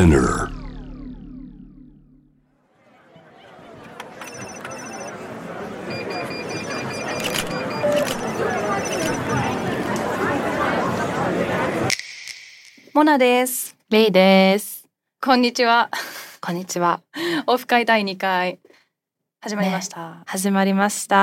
Spinner. モナです。 レイです。 こんにちは。 こんにちは。 オフ会第2回始まりました、 ね、始まりました。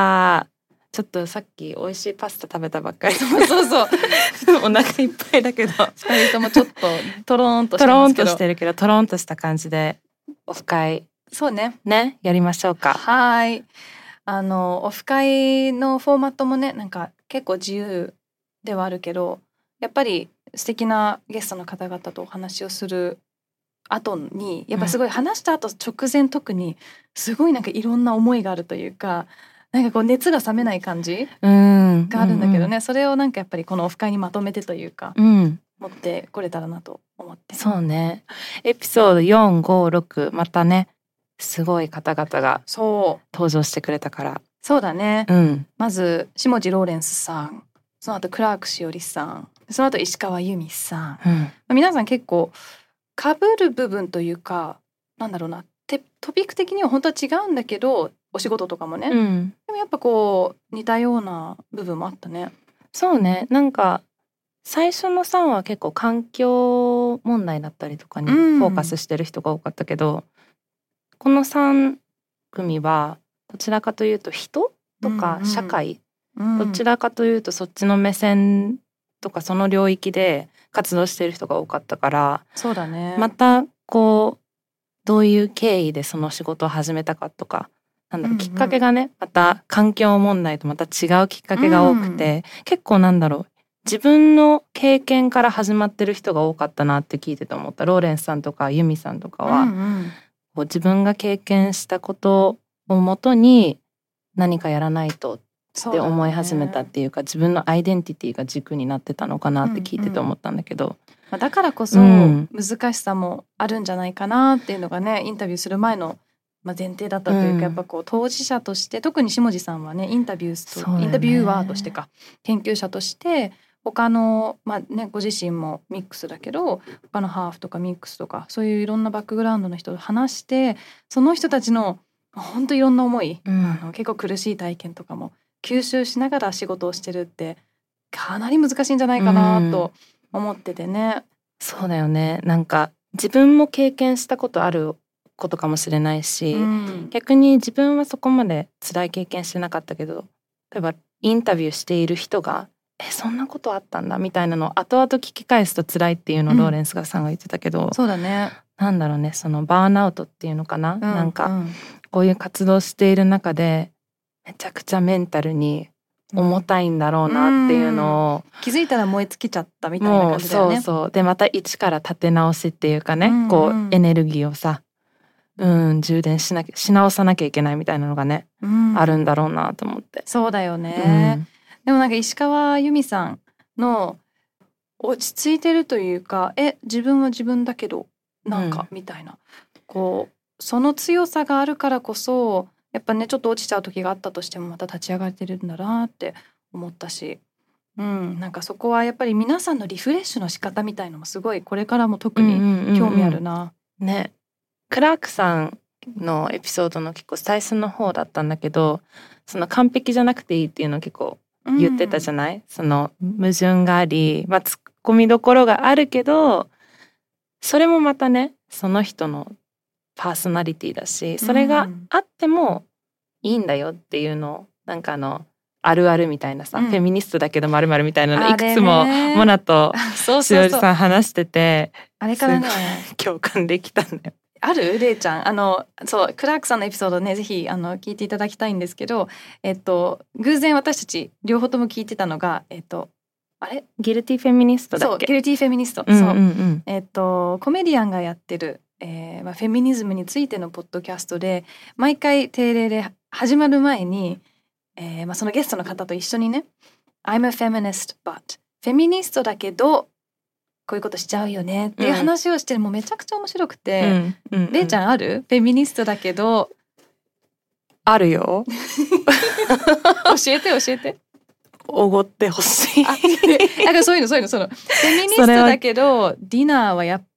ちょっとさっき美味しいパスタ食べたばっかり。 そうお腹いっぱいだけど 2人ともちょっとトローンとしてますけど、 トローンとしてるけどトローンとした感じでオフ会そうねやりましょうか。 はい。オフ会のフォーマットもね、なんか結構自由ではあるけど、やっぱり素敵なゲストの方々とお話をする後にやっぱすごい話した後直前、特にすごいなんかいろんな思いがあるというか、なんかこう熱が冷めない感じがあるんだけどね、それをなんかやっぱりこのオフ会にまとめてというか、持ってこれたらなと思って。 そうね、エピソード4、5、6またねすごい方々が登場してくれたから。 そうだね、まず下地ローレンスさん、その後クラークしおりさん、その後石川由美さん、皆さん結構被る部分というか、なんだろうな、トピック的には本当は違うんだけど、お仕事とかもね、でもやっぱこう似たような部分もあったね。 そうね、なんか最初の3は結構環境問題だったりとかにフォーカスしてる人が多かったけど、この3組はどちらかというと人とか社会、どちらかというとそっちの目線とかその領域で活動している人が多かったから、 そうだね、 またこうどういう経緯でその仕事を始めたかとか、なんだろう、きっかけがねまた環境問題とまた違うきっかけが多くて、結構なんだろう、自分の経験から始まってる人が多かったなって聞いてて思った。ローレンスさんとかユミさんとかは、こう自分が経験したことをもとに何かやらないとって思い始めたっていうか、自分のアイデンティティが軸になってたのかなって聞いてて思ったんだけど、 だからこそ難しさもあるんじゃないかなっていうのがね、インタビューする前の前提だったというか、やっぱこう当事者として、特に下地さんはねインタビューワーとしてか研究者として、他のご自身もミックスだけど他のハーフとかミックスとかそういういろんなバックグラウンドの人と話して、その人たちの本当いろんな思い、結構苦しい体験とかも吸収しながら仕事をしてるってかなり難しいんじゃないかなと思っててね。 そうだよね。なんか自分も経験したことあることかもしれないし、逆に自分はそこまで辛い経験してなかったけど、例えばインタビューしている人がそんなことあったんだみたいなのを後々聞き返すと辛いっていうのをローレンスさんが言ってたけど、 そうだね、 なんだろうね、そのバーンアウトっていうのかな、なんかこういう活動している中でめちゃくちゃメンタルに重たいんだろうなっていうのを、 気づいたら燃え尽きちゃったみたいな感じだよね。 そうでまた一から立て直しっていうかね、こうエネルギーをさ、充電し直さなきゃいけないみたいなのがね、あるんだろうなと思って。 そうだよね、でもなんか石川由美さんの落ち着いてるというか、自分は自分だけどなんかみたいな、こうその強さがあるからこそやっぱね、ちょっと落ちちゃう時があったとしてもまた立ち上がってるんだなって思ったし、なんかそこはやっぱり皆さんのリフレッシュの仕方みたいのもすごいこれからも特に興味あるな。 ね、クラークさんのエピソードの結構最初の方だったんだけど、その完璧じゃなくていいっていうのを結構言ってたじゃない、その矛盾があり、ツッコミどころがあるけど、それもまたねその人のパーソナリティだし、それがあってもいいんだよっていうのを、なんかあるあるみたいなさ、フェミニストだけど〇〇みたいなのいくつもモナとしおりさん話してて、 あれからね共感できたんだよ。 ある？れいちゃん、そうクラークさんのエピソードね、ぜひ聞いていただきたいんですけど、偶然私たち両方とも聞いてたのが、あれギルティフェミニストだっけ？ そう、ギルティフェミニスト、そうコメディアンがやってる、フェミニズムについてのポッドキャストで、毎回定例で始まる前に、そのゲストの方と一緒にね I'm a feminist but フェミニストだけどこういうことしちゃうよねっていう話をしてる、もうめちゃくちゃ面白くて、れいちゃんある？フェミニストだけど。 あるよ教えておごってほしいなんかそういうのフェミニストだけどディナーはやっ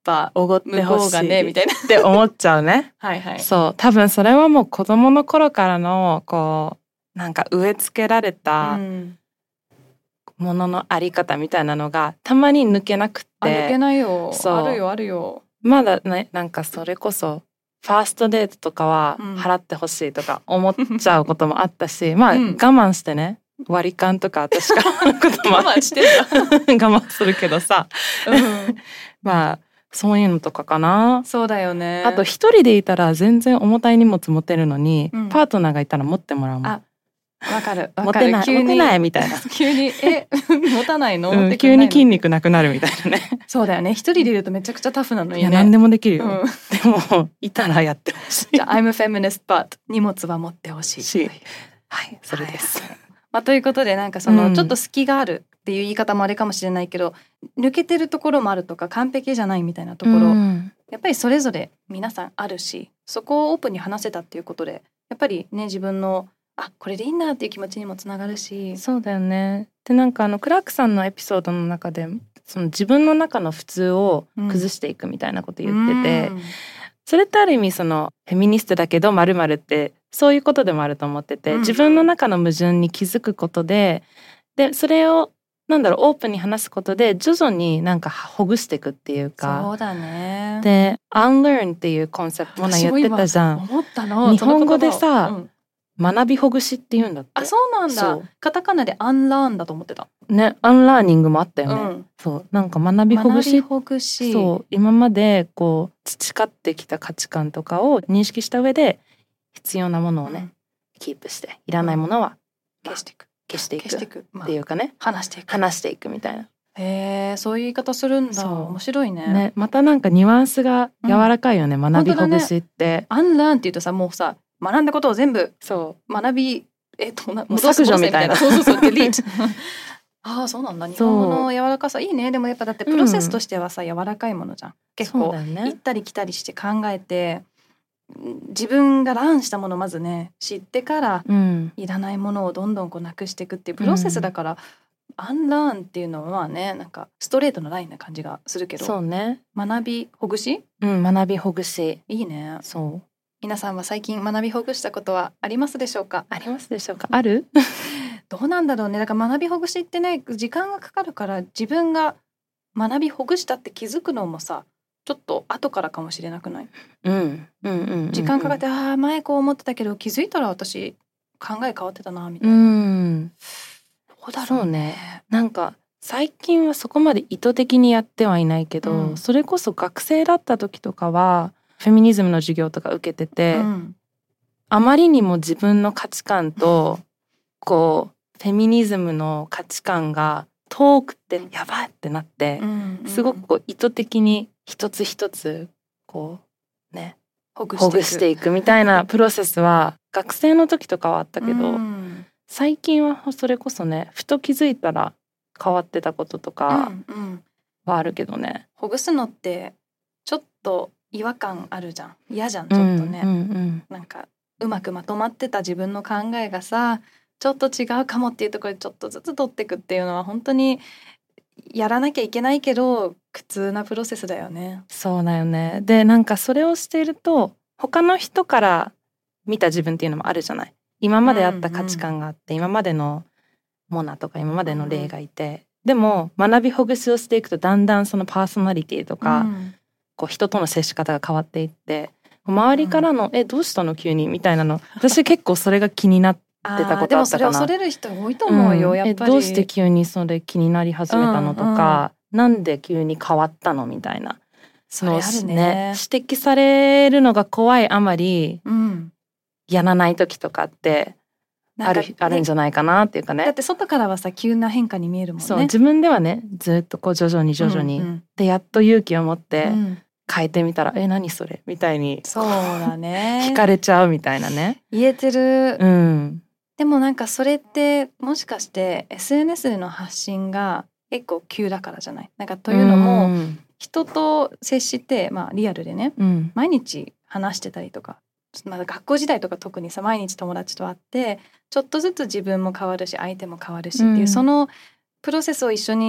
ぱおごってほしい向こうがねみたいなって思っちゃうねはいはい。 そう多分それはもう子供の頃からのこうなんか植え付けられたもののあり方みたいなのがたまに抜けなくって抜けないよ。 そうあるよあるよ。 まだねなんかそれこそファーストデートとかは払ってほしいとか思っちゃうこともあったし、まあ我慢してね割り勘とか私からのことも我慢してんだ我慢するけどさ、まあそういうのとかかな。 そうだよね。 あと一人でいたら全然重たい荷物持てるのに、パートナーがいたら持ってもらうもん。 あ、わかる持てないみたいな。 急に持たないの、 急に筋肉なくなるみたいなね。 そうだよね。一人でいるとめちゃくちゃタフなのにね。 いや何でもできるよ。でもいたらやってほしい。 じゃあ I'm a feminist but 荷物は持ってほしい。 はいそれです。 ということでなんかそのちょっと隙があるっていう言い方もあれかもしれないけど、抜けてるところもあるとか完璧じゃないみたいなところ、やっぱりそれぞれ皆さんあるし、そこをオープンに話せたっていうことでやっぱりね自分のこれでいいんだっていう気持ちにもつながるし。 そうだよね。でなんかクラークさんのエピソードの中でその自分の中の普通を崩していくみたいなこと言ってて、それってある意味そのフェミニストだけど〇〇ってそういうことでもあると思ってて、自分の中の矛盾に気づくことでそれをオープンに話すことで徐々になんかほぐしていくっていうか。 そうだね。 で unlearn っていうコンセプトも言ってたじゃん。 思ったの。 日本語でさ、学びほぐしって言うんだって。 あ、そうなんだ。カタカナで unlearn だと思ってた。 ね、アンラーニングもあったよね。そうなんか学びほぐし。そう今までこう培ってきた価値観とかを認識した上で必要なものをね、キープしていらないものは消していくっていうかね、話していくみたいな。 へえ、そういう言い方するんだ。面白いね。 ね、またなんかニュアンスが柔らかいよね、学びほぐしって。 アンラーンって言うとさ、もうさ学んだことを全部学び削除みたいな。 そうデリート。ああそうなんだ。日本語の柔らかさいいね。でもやっぱだってプロセスとしてはさ、柔らかいものじゃん。結構行ったり来たりして考えて、自分がランしたものをまずね知ってから、いらないものをどんどんこうなくしていくっていうプロセスだから、アンラーンっていうのはまあねなんかストレートのラインな感じがするけど、 そうね。 学びほぐし？ 学びほぐし。 いいね。 そう。 皆さんは最近学びほぐしたことはありますでしょうか？ ありますでしょうか？ある？ どうなんだろうね。だから学びほぐしってね時間がかかるから、自分が学びほぐしたって気づくのもさちょっと後からかもしれなくない？時間かかって前こう思ってたけど気づいたら私考え変わってたなみたいな。どうだろうね。 なんか最近はそこまで意図的にやってはいないけど、それこそ学生だった時とかはフェミニズムの授業とか受けてて、あまりにも自分の価値観とこうフェミニズムの価値観が遠くてやばいってなって、すごくこう意図的に一つ一つこうねほぐしていくみたいなプロセスは学生の時とかはあったけど、最近はそれこそねふと気づいたら変わってたこととかはあるけどね。 ほぐすのってちょっと違和感あるじゃん。嫌じゃんちょっとね。なんかうまくまとまってた自分の考えがさちょっと違うかもっていうところでちょっとずつ取っていくっていうのは本当にやらなきゃいけないけど苦痛なプロセスだよね。 そうだよね。でなんかそれをしていると他の人から見た自分っていうのもあるじゃない。今まであった価値観があって、今までのモナとか今までの例がいて、でも学びほぐしをしていくとだんだんそのパーソナリティとか、こう人との接し方が変わっていって周りからのどうしたの急にみたいなの、私結構それが気になってたことあったかな。 でもそれ恐れる人多いと思うよ、やっぱり。 どうして急にそれ気になり始めたのとか、なんで急に変わったのみたいなのをね指摘されるのが怖いあまり、やらない時とかってあるんじゃないかなっていうかね。 だって外からはさ急な変化に見えるもんね。 そう自分ではねずっとこう徐々に、でやっと勇気を持って、変えてみたら何それみたいにそうだね惹かれちゃうみたいなね。 言えてる。でもなんかそれってもしかして SNS での発信が結構急だからじゃない。なんかというのも、人と接して、リアルでね、毎日話してたりとか、学校時代とか特にさ毎日友達と会ってちょっとずつ自分も変わるし相手も変わるしっていう、そのプロセスを一緒に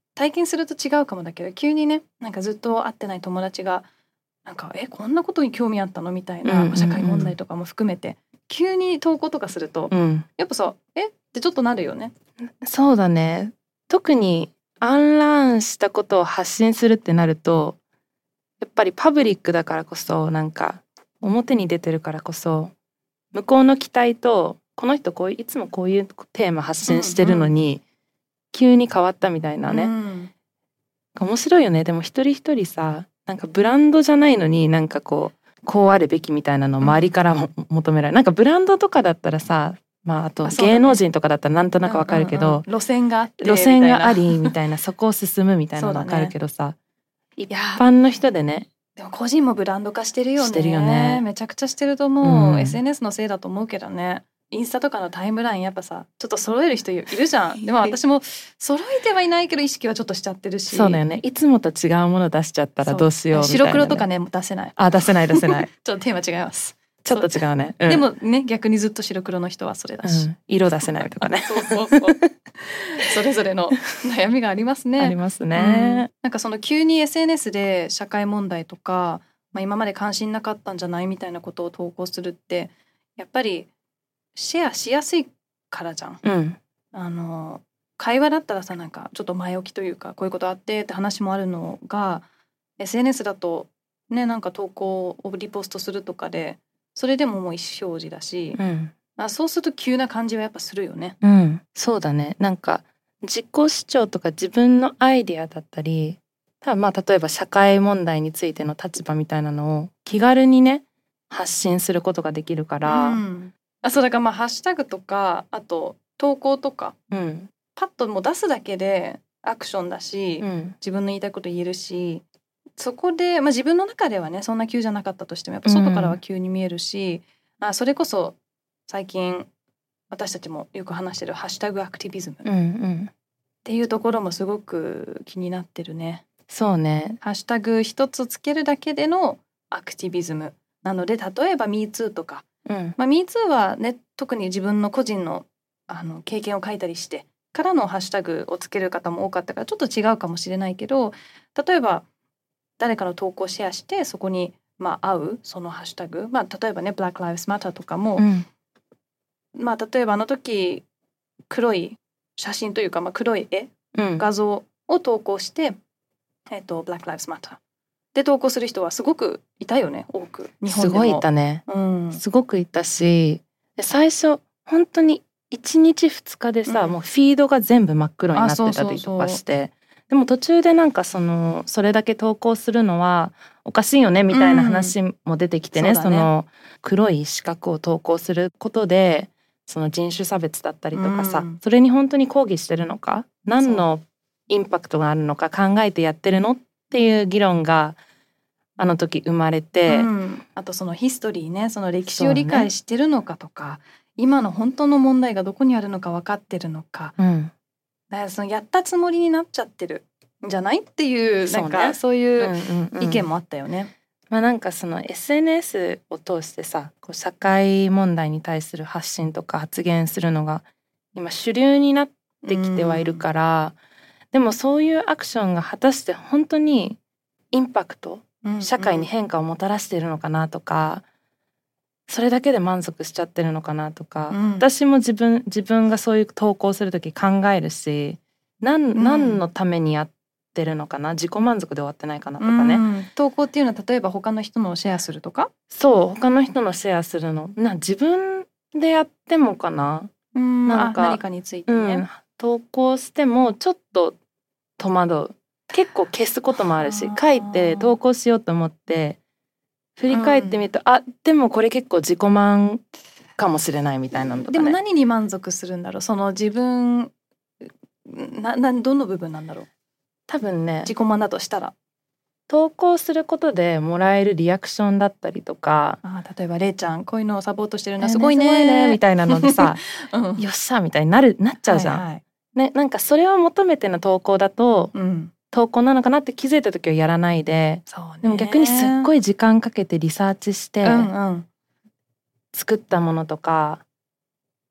体験すると違うかもだけど、急にねなんかずっと会ってない友達がなんかこんなことに興味あったのみたいな、社会問題とかも含めて急に投稿とかすると、やっぱさってちょっとなるよね。 そうだね。特にアンラーンしたことを発信するってなると、やっぱりパブリックだからこそ、なんか表に出てるからこそ、向こうの期待とこの人いつもこういうテーマ発信してるのに、急に変わったみたいなね、面白いよね。でも一人一人さ、なんかブランドじゃないのになんかこうあるべきみたいなのを周りからも求められる、なんかブランドとかだったらさ、あと芸能人とかだったらなんとなくわかるけど、 路線があって路線がありみたいなそこを進むみたいなのわかるけどさ、一般の人でね。 でも個人もブランド化してるよね。 してるよね。 めちゃくちゃしてると思う、SNS のせいだと思うけどね。インスタとかのタイムラインやっぱさちょっと揃える人いるじゃん。でも私も揃えてはいないけど意識はちょっとしちゃってるし。 そうだよね。いつもと違うもの出しちゃったらどうしようみたいな、ね、 白黒とかね出せない。 出せないちょっとテーマ違います。 ちょっと違うね、 でもね逆にずっと白黒の人はそれだし、 色出せないとかねそうそれぞれの悩みがありますね。 ありますね、 なんかその急に SNS で社会問題とか、今まで関心なかったんじゃないみたいなことを投稿するってやっぱりシェアしやすいからじゃん、会話だったらさなんかちょっと前置きというかこういうことあってって話もあるのが SNS だとねなんか投稿をリポストするとかでそれでももう意思表示だし、そうすると急な感じはやっぱするよね。 そうだね。なんか自己主張とか自分のアイディアだったり、例えば社会問題についての立場みたいなのを気軽にね発信することができるから、 そうだからハッシュタグとかあと投稿とか、パッともう出すだけでアクションだし、自分の言いたいこと言えるし、そこで、自分の中ではねそんな急じゃなかったとしてもやっぱ外からは急に見えるし、それこそ最近私たちもよく話してるハッシュタグアクティビズムっていうところもすごく気になってるね。 そうね。 ハッシュタグ一つつけるだけでのアクティビズムなので、例えば MeToo とか、MeToo はね特に自分の個人の経験を書いたりしてからのハッシュタグをつける方も多かったからちょっと違うかもしれないけど、例えば誰かの投稿をシェアしてそこに合うそのハッシュタグ、例えばね Black Lives Matter とかも、例えばあの時黒い写真というか、黒い絵、画像を投稿して、Black Lives Matter で投稿する人はすごくいたよね。多く日本でもすごいいたね、すごくいたし、最初本当に1日2日でさ、もうフィードが全部真っ黒になってたりとかして、でも途中でなんかそれだけ投稿するのはおかしいよねみたいな話も出てきてね、その黒い四角を投稿することでその人種差別だったりとかさ、それに本当に抗議してるのか、何のインパクトがあるのか考えてやってるのっていう議論があの時生まれて、 あとそのヒストリーね、その歴史を理解してるのかとか、今の本当の問題がどこにあるのか分かってるのか、だからそのやったつもりになっちゃってるんじゃないっていう、なんかそういう意見もあったよね。 なんかその SNS を通してさ、こう社会問題に対する発信とか発言するのが今主流になってきてはいるから、でもそういうアクションが果たして本当にインパクト、社会に変化をもたらしているのかなとか、それだけで満足しちゃってるのかなとか、私も自分がそういう投稿する時考えるし、何のためにやってるのかな、自己満足で終わってないかなとかね。 投稿っていうのは例えば他の人のをシェアするとか、 そう、他の人のシェアするの自分でやってもかな、なんか何かについてね、 投稿してもちょっと戸惑う、結構消すこともあるし、書いて投稿しようと思って振り返ってみると、でもこれ結構自己満かもしれないみたいなのとかね。 でも何に満足するんだろう、その自分どの部分なんだろう。 多分ね、 自己満だとしたら投稿することでもらえるリアクションだったりとか、 例えばれいちゃんこういうのをサポートしてるんだ、すごいねみたいなのでさ、よっしゃみたいになっちゃうじゃん、ね、なんかそれを求めての投稿だと、投稿なのかなって気づいた時はやらないで、でも逆にすっごい時間かけてリサーチして、作ったものとか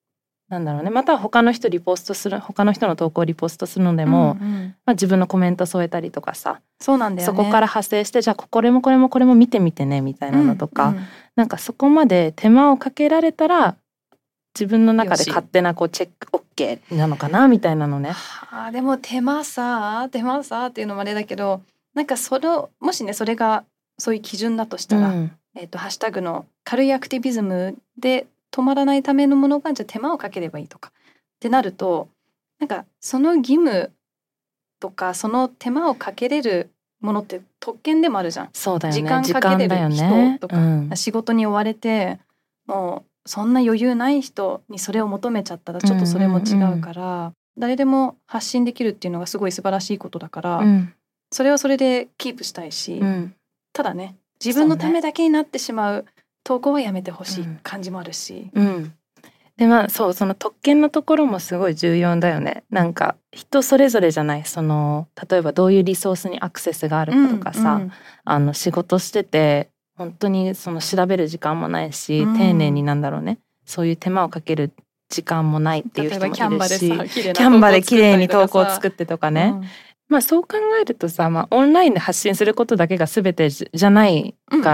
なんだろうね、または他の人の投稿をリポストするのでも、自分のコメント添えたりとかさ、 そうなんだよね、 そこから派生してじゃあこれも見てみてねみたいなのとか、なんかそこまで手間をかけられたら自分の中で勝手なこうチェック OK なのかなみたいなのね。 でも手間さっていうのもあれだけど、なんかもしねそれがそういう基準だとしたら、ハッシュタグの軽いアクティビズムで止まらないためのものがじゃあ手間をかければいいとかってなると、なんかその義務とかその手間をかけれるものって特権でもあるじゃん。 そうだよね、 時間かけれる人とか、仕事に追われてもうそんな余裕ない人にそれを求めちゃったらちょっとそれも違うから、誰でも発信できるっていうのがすごい素晴らしいことだから、それはそれでキープしたいし、ただね自分のためだけになってしまう投稿はやめてほしい感じもあるし、 でその特権のところもすごい重要だよね。なんか人それぞれじゃない、例えばどういうリソースにアクセスがあるかとかさ、仕事してて本当に調べる時間もないし、丁寧になんだろうね、そういう手間をかける時間もないっていう人もいるし、キャンバで綺麗に投稿を作ってとかね、そう考えるとさ、オンラインで発信することだけが全てじゃないから、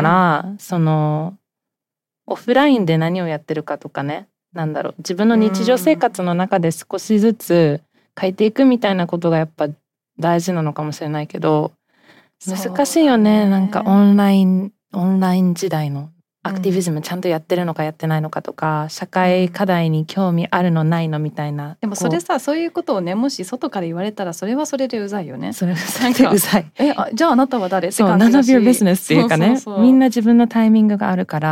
オフラインで何をやってるかとかね、なんだろう、自分の日常生活の中で少しずつ変えていくみたいなことがやっぱ大事なのかもしれないけど、難しいよね。なんかオンライン時代のアクティビズムちゃんとやってるのかやってないのかとか、社会課題に興味あるのないのみたいな。 でもそれさ、そういうことをねもし外から言われたらそれはそれでうざいよね。 それうざい。 じゃああなたは誰って感じだし、 none of your business っていうかね、みんな自分のタイミングがあるから、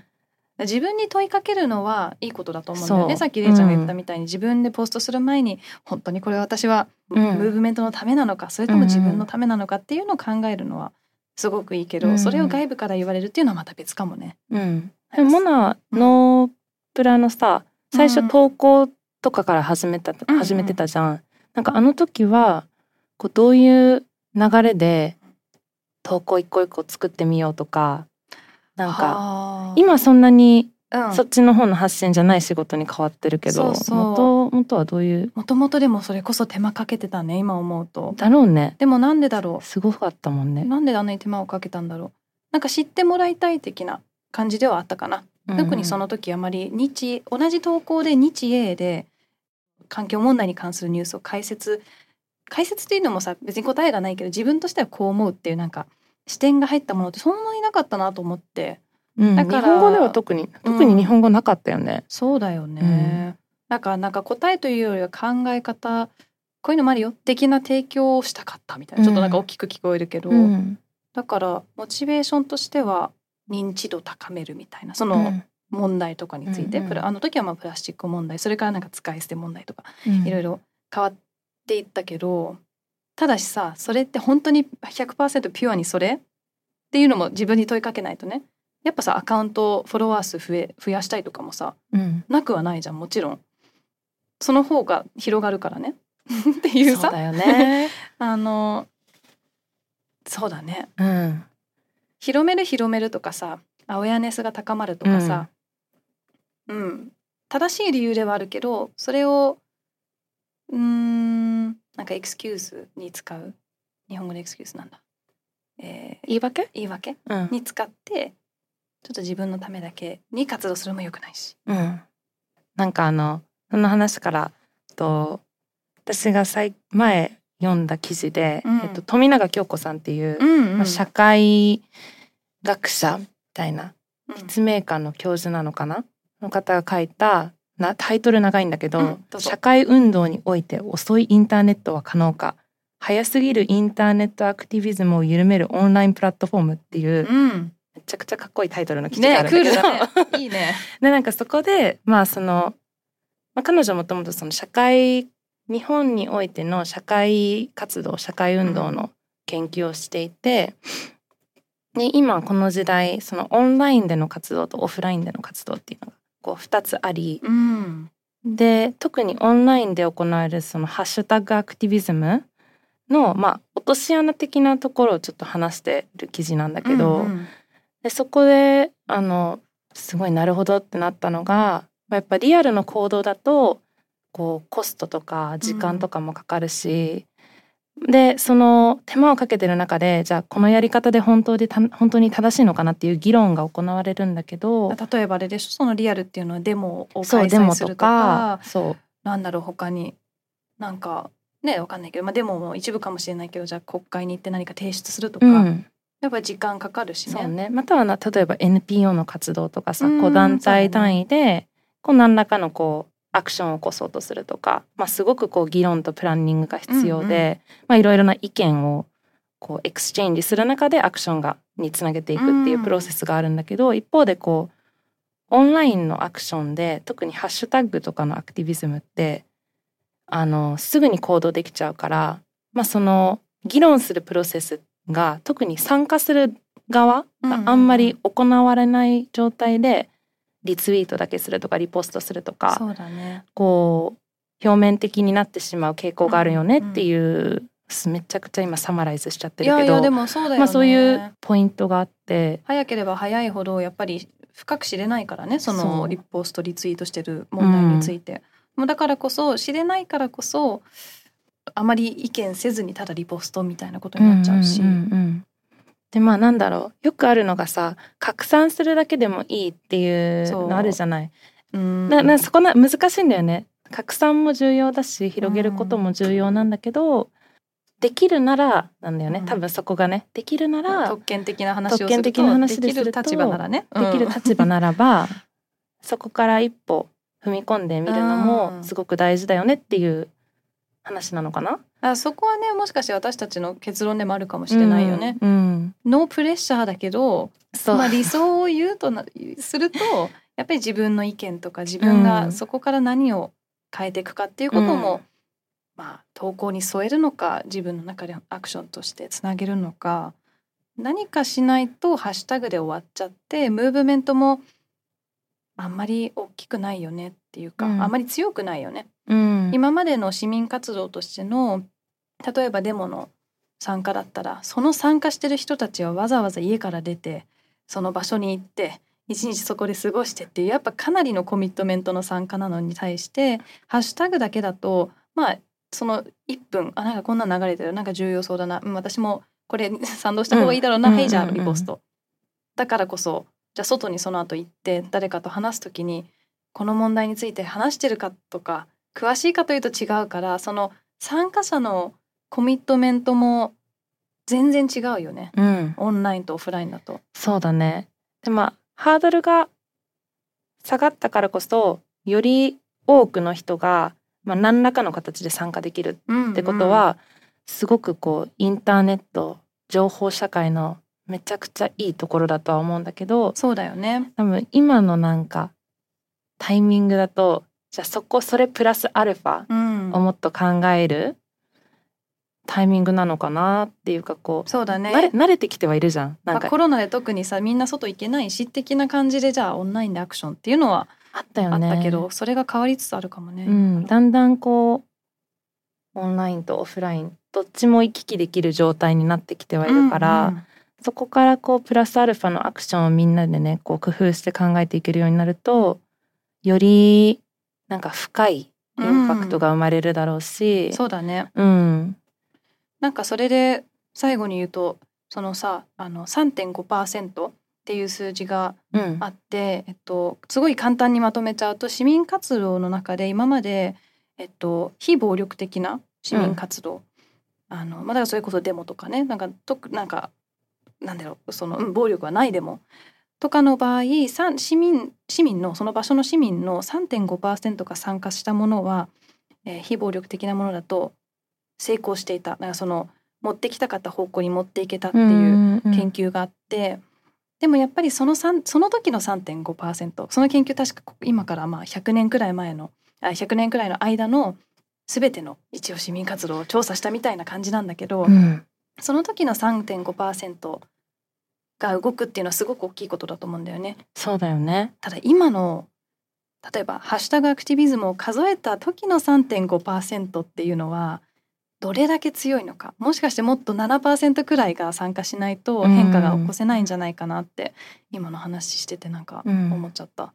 自分に問いかけるのはいいことだと思うんだよね。さっきれいちゃんが言ったみたいに、自分でポストする前に本当にこれ私はムーブメントのためなのか、それとも自分のためなのかっていうのを考えるのはすごくいいけど、それを外部から言われるっていうのはまた別かもね。 でもモナのプラのさ、最初投稿とかから始めてたじゃん。なんかあの時はこうどういう流れで投稿一個一個作ってみようとか、なんか今そんなにそっちの方の発信じゃない仕事に変わってるけど、もとはどういう？ もともとでもそれこそ手間かけてたね、今思うと。 だろうね。 でもなんでだろう。 すごかったもんね。 なんであんなに手間をかけたんだろう。なんか知ってもらいたい的な感じではあったかな。特にその時あまり同じ投稿で日英で環境問題に関するニュースを解説っていうのもさ、別に答えがないけど自分としてはこう思うっていうなんか視点が入ったものってそんなになかったなと思って、 だから日本語では特に日本語なかったよね。 そうだよね。なんか答えというよりは考え方、こういうのもあるよ的な提供をしたかったみたいな、ちょっとなんか大きく聞こえるけど、だからモチベーションとしては認知度高めるみたいな、その問題とかについて、あの時はプラスチック問題、それからなんか使い捨て問題とか、いろいろ変わっていったけど、ただしさ、それって本当に 100% ピュアにそれっていうのも自分に問いかけないとね。やっぱさ、アカウントフォロワー数増やしたいとかもさ、なくはないじゃん。もちろんその方が広がるからねっていうさ。 そうだよねそうだね、広めるとかさ、アウェアネスが高まるとかさ、正しい理由ではあるけど、それをなんかエクスキューズに使う、日本語でエクスキューズなんだ、 言い訳、 に使ってちょっと自分のためだけに活動するのも良くないし、 なんかその話から私が前読んだ記事で、富永京子さんっていう、社会学者みたいな立命館の教授なのかなの方が書いたタイトル長いんだけど、社会運動において遅いインターネットは可能か、早すぎるインターネットアクティビズムを緩めるオンラインプラットフォームっていう、めちゃくちゃかっこいいタイトルの記事があるんだけど、 クールだね。いいね。 でなんかそこで彼女もともと日本においての社会活動、社会運動の研究をしていて、で今この時代そのオンラインでの活動とオフラインでの活動っていうのがこう2つあり、で特にオンラインで行われるそのハッシュタグアクティビズムの落とし穴的なところをちょっと話してる記事なんだけど、でそこですごいなるほどってなったのが、 やっぱリアルの行動だとこうコストとか時間とかもかかるし、でその手間をかけてる中でじゃあこのやり方で本当に正しいのかなっていう議論が行われるんだけど、 例えばあれでしょ、そのリアルっていうのはデモを開催するとか、 そうなんだろう他になんかねわかんないけど、デモも一部かもしれないけど、じゃあ国会に行って何か提出するとか、やっぱり時間かかるしね。 そうね。または例えば NPO の活動とかさ、こう団体単位でこう何らかのこうアクションを起こそうとするとか、すごくこう議論とプランニングが必要で、いろいろな意見をこうエクスチェンジする中でアクションにつなげていくっていうプロセスがあるんだけど、一方でこうオンラインのアクションで特にハッシュタグとかのアクティビズムってすぐに行動できちゃうから、その議論するプロセスが特に参加する側があんまり行われない状態でリツイートだけするとかリポストするとか、 そうだね、 こう表面的になってしまう傾向があるよねっていう、めちゃくちゃ今サマライズしちゃってるけど、 でもそうだよね、 そういうポイントがあって、 早ければ早いほどやっぱり深く知れないからね、そのリポストリツイートしてる問題について、もうだからこそ知れないからこそあまり意見せずにただリポストみたいなことになっちゃうし、 でなんだろう、よくあるのがさ、拡散するだけでもいいっていうのあるじゃない。そこ難しいんだよね。拡散も重要だし広げることも重要なんだけど、できるならなんだよね、多分そこがね、できるなら特権的な話をすると、 特権的な話できる立場ならね、 できる立場ならばそこから一歩踏み込んでみるのもすごく大事だよねっていう話なのかな。 そこはね、もしかして私たちの結論でもあるかもしれないよね。ノープレッシャーだけど、理想を言うとするとやっぱり自分の意見とか自分がそこから何を変えていくかっていうことも、投稿に添えるのか自分の中でアクションとしてつなげるのか、何かしないとハッシュタグで終わっちゃってムーブメントもあんまり大きくないよねっていうか、あんまり強くないよね。今までの市民活動としての例えばデモの参加だったら、その参加してる人たちはわざわざ家から出てその場所に行って一日そこで過ごしてっていう、やっぱかなりのコミットメントの参加なのに対してハッシュタグだけだとその1分なんかこんな流れてる、なんか重要そうだな、私もこれ賛同した方がいいだろうな、はいじゃあリポスト、だからこそじゃあ外にその後行って誰かと話すときにこの問題について話してるかとか詳しいかというと違うから、その参加者のコミットメントも全然違うよね、オンラインとオフラインだと。 そうだね。でハードルが下がったからこそより多くの人が、何らかの形で参加できるってことは、すごくこうインターネット情報社会のめちゃくちゃいいところだとは思うんだけど、 そうだよね。 多分今のなんかタイミングだと、じゃあそれプラスアルファをもっと考えるタイミングなのかなっていうか、こうそうだね、 慣れてきてはいるじゃん。なんかコロナで特にさみんな外行けないし的な感じで、じゃあオンラインでアクションっていうのはあったよね。 あったけど、それが変わりつつあるかもね。 だんだんこうオンラインとオフラインどっちも行き来できる状態になってきてはいるから、そこからこうプラスアルファのアクションをみんなでねこう工夫して考えていけるようになると、よりなんか深いインパクトが生まれるだろうし、 そうだね。なんかそれで最後に言うと、そのさ3.5% っていう数字があって、すごい簡単にまとめちゃうと、市民活動の中で今まで、非暴力的な市民活動、だからそれこそデモとかね、なんかなんだろう、その、暴力はないデモとかの場合、市民のその場所の市民の 3.5% が参加したものは、非暴力的なものだと成功していた。だからその持ってきたかった方向に持っていけたっていう研究があって、でもやっぱりその時の 3.5%、 その研究確か今から100年くらいの間の全ての一応市民活動を調査したみたいな感じなんだけど、その時の 3.5% が動くっていうのはすごく大きいことだと思うんだよね。 そうだよね。 ただ今の例えばハッシュタグアクティビズムを数えた時の 3.5% っていうのはどれだけ強いのか、もしかしてもっと 7% くらいが参加しないと変化が起こせないんじゃないかなって今の話しててなんか思っちゃった。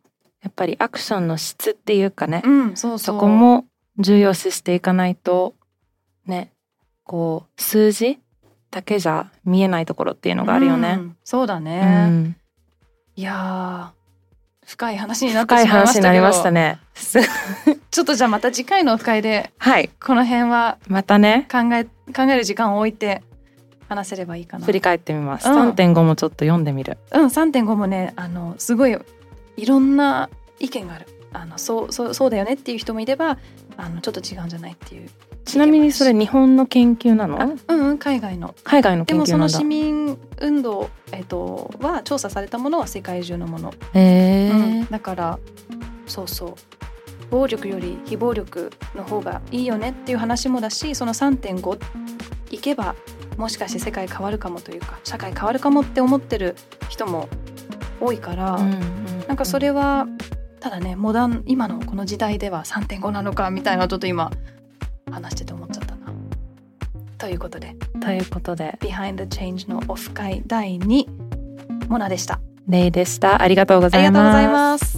やっぱりアクションの質っていうかね、 そこも重要視していかないとね、こう数字だけじゃ見えないところっていうのがあるよね。 そうだね、いや深い話になってしまいましたけど、深い話になりましたねちょっとじゃあまた次回のオフ会で、この辺はまたね考える時間を置いて話せればいいかな。 振り返ってみます、3.5 もちょっと読んでみる。 3.5 もねすごいいろんな意見がある。そうだよねっていう人もいればちょっと違うんじゃないっていう。 ちなみにそれ日本の研究なの？ 海外の研究なんだ。 でもその市民運動、は調査されたものは世界中のもの、だからそう暴力より非暴力の方がいいよねっていう話もだし、その 3.5 いけばもしかして世界変わるかもというか社会変わるかもって思ってる人も多いから、なんかそれはただね今のこの時代では 3.5 なのかみたいなちょっと今話してて思っちゃったな。ということで Behind the Change のオフ会第2モナでした。 レイでした。ありがとうございます。